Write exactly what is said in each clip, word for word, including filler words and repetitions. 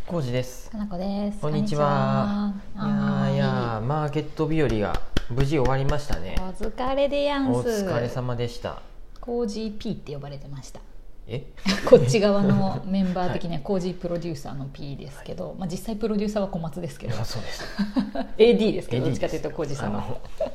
コウジです。 かなこです。 こんにちは。 こんにちは。 いやいやマーケット日和が無事終わりましたね。 お疲れでやんす。 お疲れ様でした。 コージー P って呼ばれてました。 えこっち側のメンバー的にはコージープロデューサーの P ですけど、はい、まあ、実際プロデューサーは小松ですけど、 あ、そうですエーディー ですけど、どっちかというとコージさんは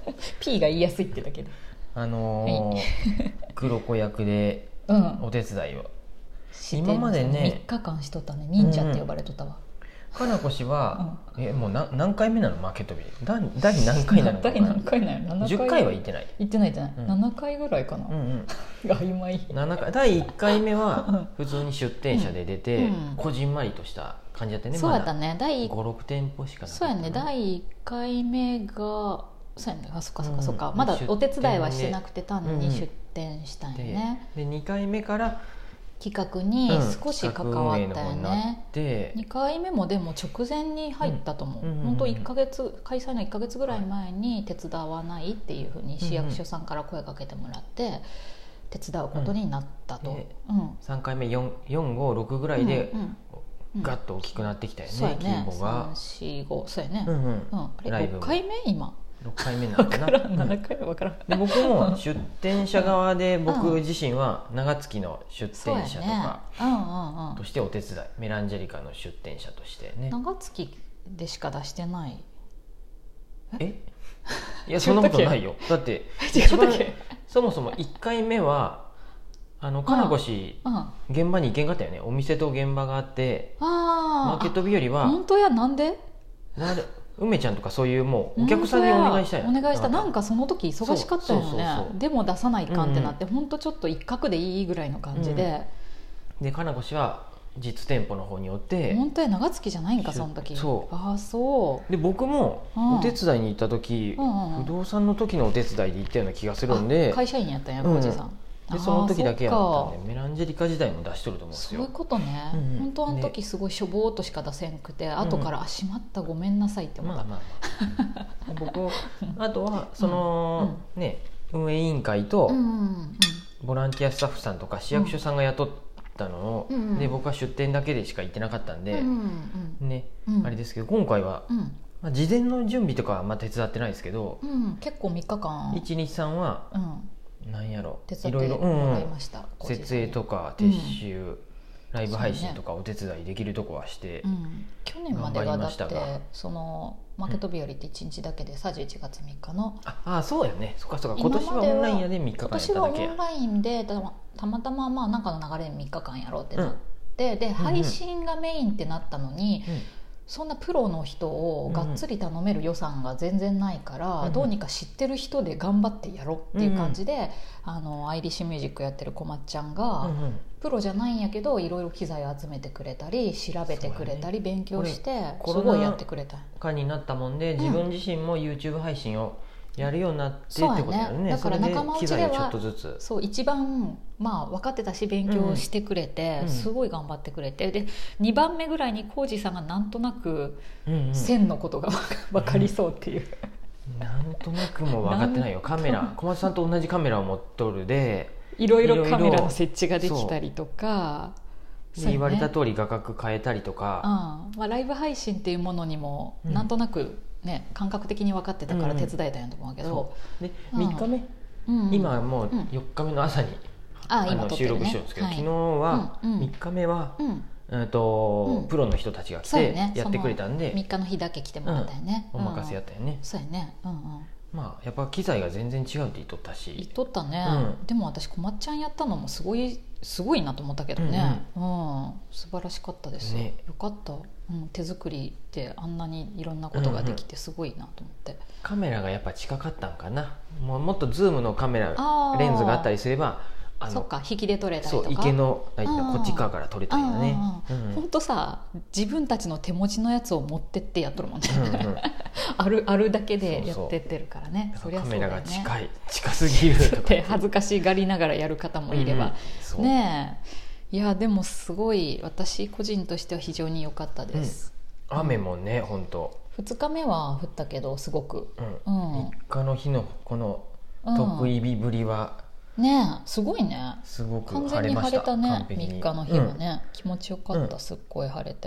P が言いやすいってだけで、 あのーはい、黒子役でお手伝いを、うん、今までねみっかかんしとったね。忍者って呼ばれとったわ、 うん、かなこ氏は、うん、えもう何何回目なのマーケット日和第何回なのかな。 第何回なの。 じゅっかいは行ってない行ってない行ってない、うん、ななかいぐらいかな、うんうん、曖昧。 ななかいだいいっかいめは普通に出店者で出て、うん、こじんまりとした感じだったね。 そうやったね。第ごろくてんぽしかなかった。 そうやね。だいいっかいめがそうやね。あ、そっかそっかそっか、うん、まだお手伝いはしてなくて単に出店したんよね、 うん、で, でにかいめから企画に少し関わったよね、 うん、 にかいめもでも直前に入ったと思う、うん、本当いっかげつ開催のいっかげつぐらい前に手伝わないっていうふうに市役所さんから声かけてもらって手伝うことになったと、 うんうん、さんかいめよん、ご、ろくぐらいでガッと大きくなってきたよね、うんうん、規模がさん、よん、ごそうやね、 うんうん、 あれろっかいめ今ろっかいめなのかな。 分からんななかいめ分からん。 で僕も出店者側で僕自身は長月の出店者とかとしてお手伝い、メランジェリカの出店者としてね。 長月でしか出してない。 えいやそんなことないよ。だって一番そもそもいっかいめはあのかなこ氏現場に行けんかったよね。お店と現場があってマーケット日和は本当や。なんでなる梅ちゃんとかそういうもうお客さんにお願いしたいお願いした。なんかその時忙しかったよね。でも出さないかんってなって、うんうん、ほんとちょっと一角でいいぐらいの感じで、 うん、でかなこ氏は実店舗の方によって本当や長月じゃないんかその時。 そうああそうで僕もお手伝いに行った時、うんうんうん、不動産の時のお手伝いで行ったような気がするんで。 会社員やったんやコージさん、 でその時だけやったんでメランジェリカ時代も出しとると思うんですよ。 そういうことね、うんうん、本当あの時すごいしょぼーっとしか出せんくて、ね、後から「あしまったごめんなさい」って思った、まあまあまあ、 僕あとはその、うん、ね運営委員会とボランティアスタッフさんとか市役所さんが雇ったのを、うん、で僕は出店だけでしか行ってなかったんで、うんうん、ね、うん、あれですけど今回は、うん、まあ、事前の準備とかはあんま手伝ってないですけど、 うん、結構みっかかんいちにちさんは、うんなんやろ手伝ってもらいました、 うん、設営とか撤収、うん、ライブ配信とかお手伝いできるとこはして、うん、 去年まではだってそのマーケット日和っていちにちだけでさじゅういちがつみっかの、 うん、ああそうやね。そっかそっか。今年はオンラインやでみっかかんやっただけ。 今年はオンラインでたまたままあなんかの流れでみっかかんやろうってなって、うん、で配信がメインってなったのに、うんうん、そんなプロの人をがっつり頼める予算が全然ないから、うん、どうにか知ってる人で頑張ってやろうっていう感じで、うん、あのアイリッシュミュージックやってるこまっちゃんが、うん、プロじゃないんやけどいろいろ機材を集めてくれたり調べてくれたり、ね、勉強してすごいやってくれた。 コロナ禍になったもんで自分自身も YouTube 配信をやるようになってってことだよね。 だから仲間内ではちょっとずつそう一番、まあ、分かってたし勉強してくれて、うん、すごい頑張ってくれて、でにばんめぐらいにコージさんがなんとなく線のことが分かりそうっていう、 うん、なんとなくも分かってないよ。カメラ小松さんと同じカメラを持っとるでいろいろカメラの設置ができたりとか、 ね、言われた通り画角変えたりとか、 うんまあ、ライブ配信っていうものにもなんとなく、ね、感覚的に分かってたから手伝えたんやと思うけど、 うん、でみっかめ、うんうん、今もうよっかめの朝に、うん、ああの収録してるんですけど、はい、昨日はみっかめは、うんうんとうん、プロの人たちが来てやってくれたんで、 みっかの日だけ来てもらったよね、 うん、お任せやったよね、 うん、そうやね、うんうん、 まあやっぱ機材が全然違うって言っとったし言っとったね、うん、でも私こまっちゃんやったのもすごいすごいなと思ったけどね、うんうん、素晴らしかったです、ね、よかった、うん、手作りであんなにいろんなことができてすごいなと思って、うんうん、 カメラがやっぱ近かったんかな。もうもっとズームのカメラレンズがあったりすればあのそっか引きで撮れたりとか、そう池のこっち側から撮れたりだね。 本当、うん、さ自分たちの手持ちのやつを持ってってやっとるもんね、うんうん、あるあるだけでやってってるからね。 そうそう、そりゃそうだよね、カメラが近い近すぎるとかって恥ずかしがりながらやる方もいれば、うん、ねえ、いやでもすごい私個人としては非常に良かったです、 うん、雨もね、うん、本当ふつかめは降ったけどすごく、 うんうん、みっかの日のこの得意日ぶりは、 うん、ねえすごいね、 すごく晴れました。 完全に晴れたね。みっかの日はね、うん、気持ちよかった、すっごい晴れて。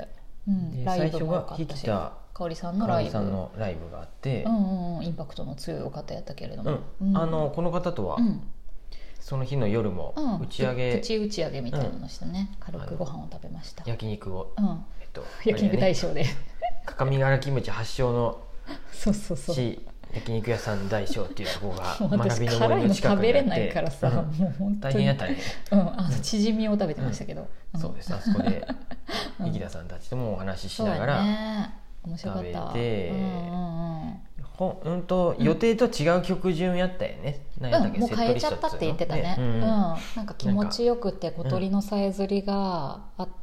うん、 でライブも良か最初がったし、 引田香織さんのライブ香織さんのライブがあって、 うんうんうん、インパクトの強いお方やったけれども、 うん、あのこの方とは、 うんその日の夜も打ち上げ、 うん、プチ打ち上げみたいなのしてね、うん、軽くご飯を食べました。 焼肉を、 うんえっと、 焼肉大賞で各務原キムチ発祥のそうそうそう焼肉屋さん大賞っていうところが学びの森の近くにあって、辛いの食べれないからさ、うん、もう本当に大変やったね、 うん、あのチヂミを食べてましたけど、 うん、そうです。あそこで池田さんたちともお話ししながら食べて、うんうんうんほうんと予定と違う曲順やったよね、 うん、なんうん、もう変えちゃったって言ってたね、ね、うんうん、なんか気持ちよくて小鳥のさえずりがあって、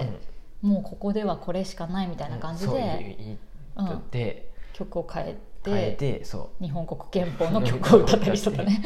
うん、もうここではこれしかないみたいな感じで、うん、そういうで、うん、曲を変えて、 変えてそう日本国憲法の曲を歌ったりしとったね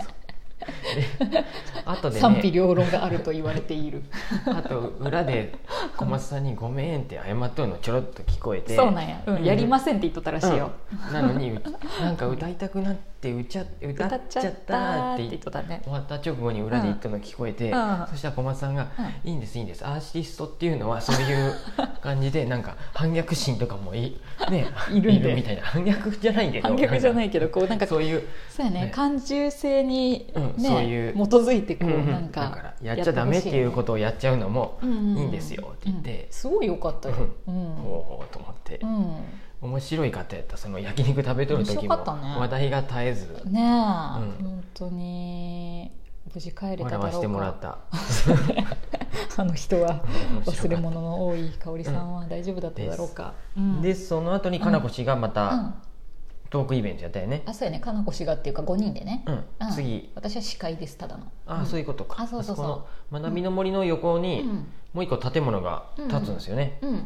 後でね、 賛否両論があると言われているあと裏で小松さんに「ごめん」って謝っとるのちょろっと聞こえて、 そうなんや、うん、やりませんって言っとったらしいよ、 うん、なのになんか歌いたくなって歌っ歌っちゃったって言っとったね。 終わった直後に裏で言ったの聞こえて、うん、そしたら小松さんが「いいんですいいんです、アーティストっていうのはそういう感じでなんか反逆心とかも い,、ね、いるんで」みたいな、反逆じゃないけど反逆じゃないけどこうなんかそういうそうやね、ね、感受性に、ね、 うん、そういう基づいてこう、うんうん、なんかだからやっちゃダメっていうことをやっちゃうのもいいんですよって言って、うんうん、 すごい良かったよ、 うん、ほうと思って、うん、面白い方やった。その焼肉食べとる時も話題が絶えずねえ、うん、本当に無事帰れただろうか。 笑わしてもらったあの人は忘れ物の多い香織さんは大丈夫だっただろうか、 うん、でその後にかなこ氏がまた、うんうんトークイベントやったよね。 あ、そうやね、かなこ氏がっていうかごにんでね、 うんうん、次私は司会です、ただの。 あ、うん、そういうことか。 あ、そうそうそう、 あそこの学びの森の横に、うん、もう一個建物が建つんですよね、 うんうんうんうん、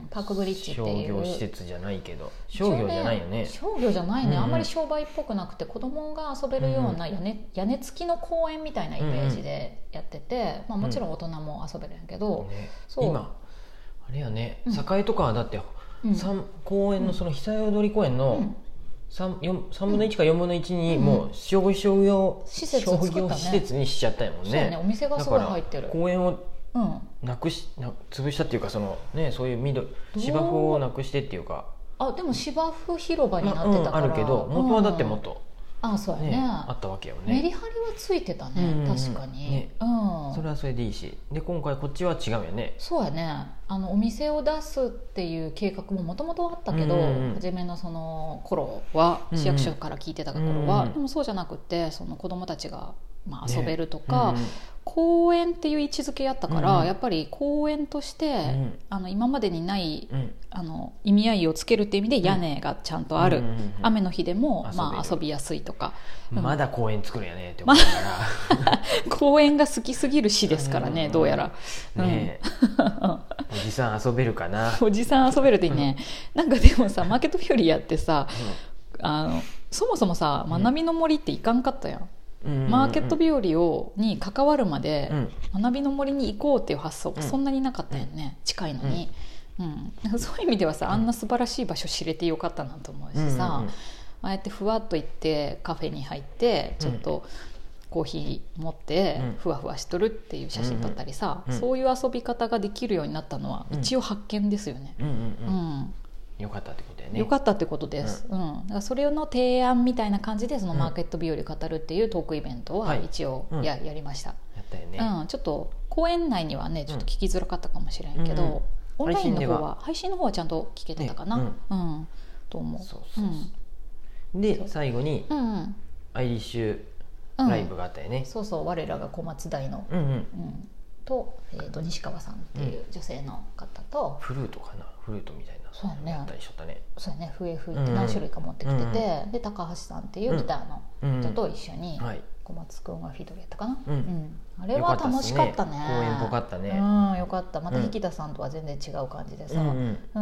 パークブリッジっていう商業施設じゃないけど、商業じゃないよね。 商業じゃないね、うんうん、あんまり商売っぽくなくて子供が遊べるような屋根、うんうん、屋根付きの公園みたいなイメージでやってて、まあ、もちろん大人も遊べるんやけど、 うんね、そう今あれやね、栄とかはだって、うん、公園のその久屋通り公園の、うん 3, さんぶんのいちかよんぶんのいちにもう商業施設にしちゃったよもんね。 そうね、お店がすごい入ってる。 公園をなくしな潰したっていうか、そのね、そういう緑芝生をなくしてっていうか、 あ、でも芝生広場になってたから、 まあうん、あるけど元はだってもっと、 うん、あ、そうやね、 ね、あったわけよね。 メリハリはついてたね、うんうん、確かに、ね、うん、 それはそれでいいし、で今回こっちは違うよね。 そうやね、あのお店を出すっていう計画ももともとあったけど、うんうん、初めのその頃は市役所から聞いてた頃は、うんうん、でもそうじゃなくて、その子どもたちがまあ遊べるとか、ね、うんうん、公園っていう位置づけやったから、うん、やっぱり公園として、うん、あの今までにない、うん、あの意味合いをつけるっていう意味で屋根がちゃんとある、うんうんうんうん、雨の日でもまあ遊びやすいとか、 うん、まだ公園作るやねって思ったから、 公園が好きすぎる市ですからね、どうやら、 ね、おじさん遊べるかな。 おじさん遊べるってね、なんかでもさ、マーケット日和やってさ、うん、あのそもそもさ、学びの森って行かんかったやん、うん、マーケット日和をに関わるまで、うん、学びの森に行こうっていう発想がそんなになかったよね、うん、近いのに、うんうん、そういう意味ではさ、あんな素晴らしい場所知れてよかったなと思うしさ、うんうんうん、ああやってふわっと行ってカフェに入ってちょっとコーヒー持ってふわふわしとるっていう写真撮ったりさ、うんうん、そういう遊び方ができるようになったのは一応発見ですよね、うんうんうんうん、 よかったってことだよね。 よかったってことです、うんうん、だからそれの提案みたいな感じで、そのマーケット日和語るっていうトークイベントは一応 や,、はい、やりました。 やったよね、 うん、ちょっと公園内にはねちょっと聞きづらかったかもしれんけど、うんうん、オンラインの方は配信の方はちゃんと聞けてたかな、ね、うんうん、と思う。 そうそうそう、うん、で最後に、うんうん、アイリッシュライブがあったよね、 うん、そうそう、我らが小松大の、うんうんうん、と、えー、と西川さんっていう女性の方と、うん、 フルートかな、フルートみたいな、 そうやね、 やったりしとったね。 そうやね、笛吹いて何種類か持ってきてて、うんうん、で高橋さんっていうギターの人と一緒に、うんうん、小松くんがフィドルやったかな、うんうん、あれは楽しかったね。 公園っぽかったね、 うん、よかった。また引田さんとは全然違う感じでさ、うんうんうん、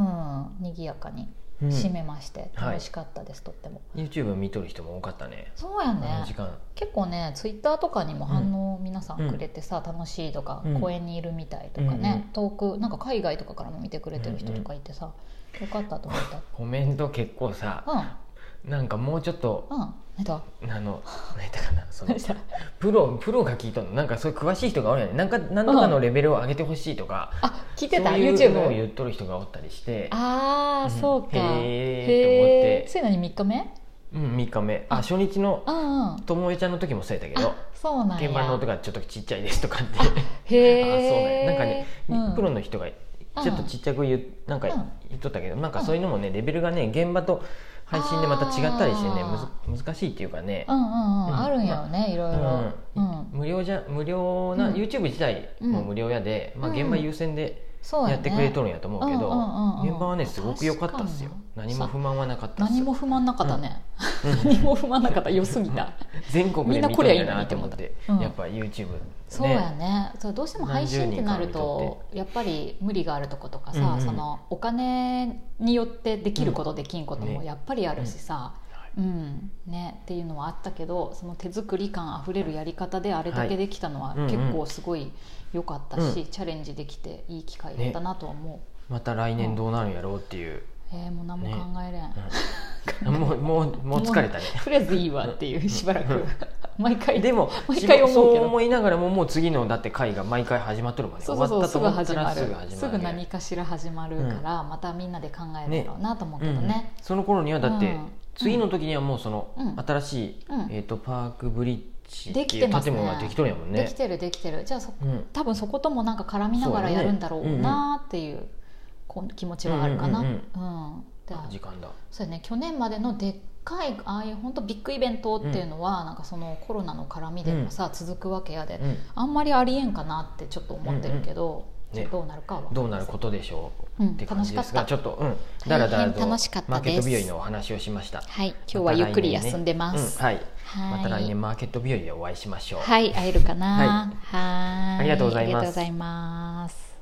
賑やかに締めまして、うん、楽しかったです、はい、とっても。 YouTube 見とる人も多かったね。 そうやね、時間結構ね、Twitter とかにも反応皆さんくれてさ、うん、楽しいとか、うん、公園にいるみたいとかね、うん、遠くなんか海外とかからも見てくれてる人とかいてさ、うんうん、よかったと思った。 コメント結構さ、 なんかもうちょっと、 うん、何だあの何だかなそのプロプロが聞いたのなんかそういう詳しい人がおるやねなんか何とかのレベルを上げてほしいとか、 うん、あ聞いてたそういう YouTube のを言っとる人がおったりして、 ああ、うん、そうかへえと思って。 それ何みっかめ？ うん、みっかめあ初日のともえちゃんの時もそうやったけど、 そうなんや、 鍵盤の音がちょっとちっちゃいですとかってへえあそうなんやなんかね、 うん、 プロの人がちょっとちっちゃく言うなんか言っとったけど、なんかそういうのもねレベルがね現場と配信でまた違ったりしてねむず難しいっていうかね、 うんうんうんうん、あるんやろね、まあ、いろいろ、 うんうん、無料じゃ無料な、うん、YouTube 自体も無料やで、まあ、現場優先でやってくれとるんやと思うけど、現場はねすごく良かったっすよ。何も不満はなかったっす。 何も不満なかったね、うん、何も不満なかった良すぎた全国で見とるんやなと思って、うん、やっぱ YouTube、ね、 そうやね。そうどうしても配信ってなるとやっぱり無理があるとことかさ、うんうん、そのお金によってできることできんこともやっぱりあるしさ、うんうんね、っていうのはあったけど、その手作り感あふれるやり方であれだけできたのは結構すごい良かったし、はいうんうん、チャレンジできていい機会だったなとは思う、ね、 また来年どうなるんやろうっていう、 うん、えー、もう何も考えれん、ねうん、もうもうもう疲れたねとりあえずいいわっていうしばらく毎回でも毎回思うけどそう思いながらももう次のだって回が毎回始まっとるもんね。 そうそうそう終わったと思ったらすぐ始まるすぐ始まるすぐ何かしら始まるから、うん、またみんなで考えるだろうなと思うけどね、ねうん、その頃にはだって、うん、次の時にはもうその、 うん、 新しい、うんえー、とパークブリッジっていうできてますね、 建物ができとるんやもんね。 できてるできてる。じゃあそ、 うん、 多分そこともなんか絡みながらやるんだろうなっていう気持ちはあるかな。 時間だ。 そうやね、去年までのでっかいああいう本当ビッグイベントっていうのは、うん、なんかそのコロナの絡みでもさ、うん、続くわけやで、うん、あんまりありえんかなってちょっと思ってるけど、うんね、どうなるかはどうなることでしょうって感じですが、うん、ちょっと、うん、だらだらとマーケット日和のお話をしました。 はい、今日はゆっくり休んでます。 また来年ね、うんはい、また来年マーケット日和でお会いしましょう。 はい、会えるかな。はい、 ありがとうございます。 ありがとうございます。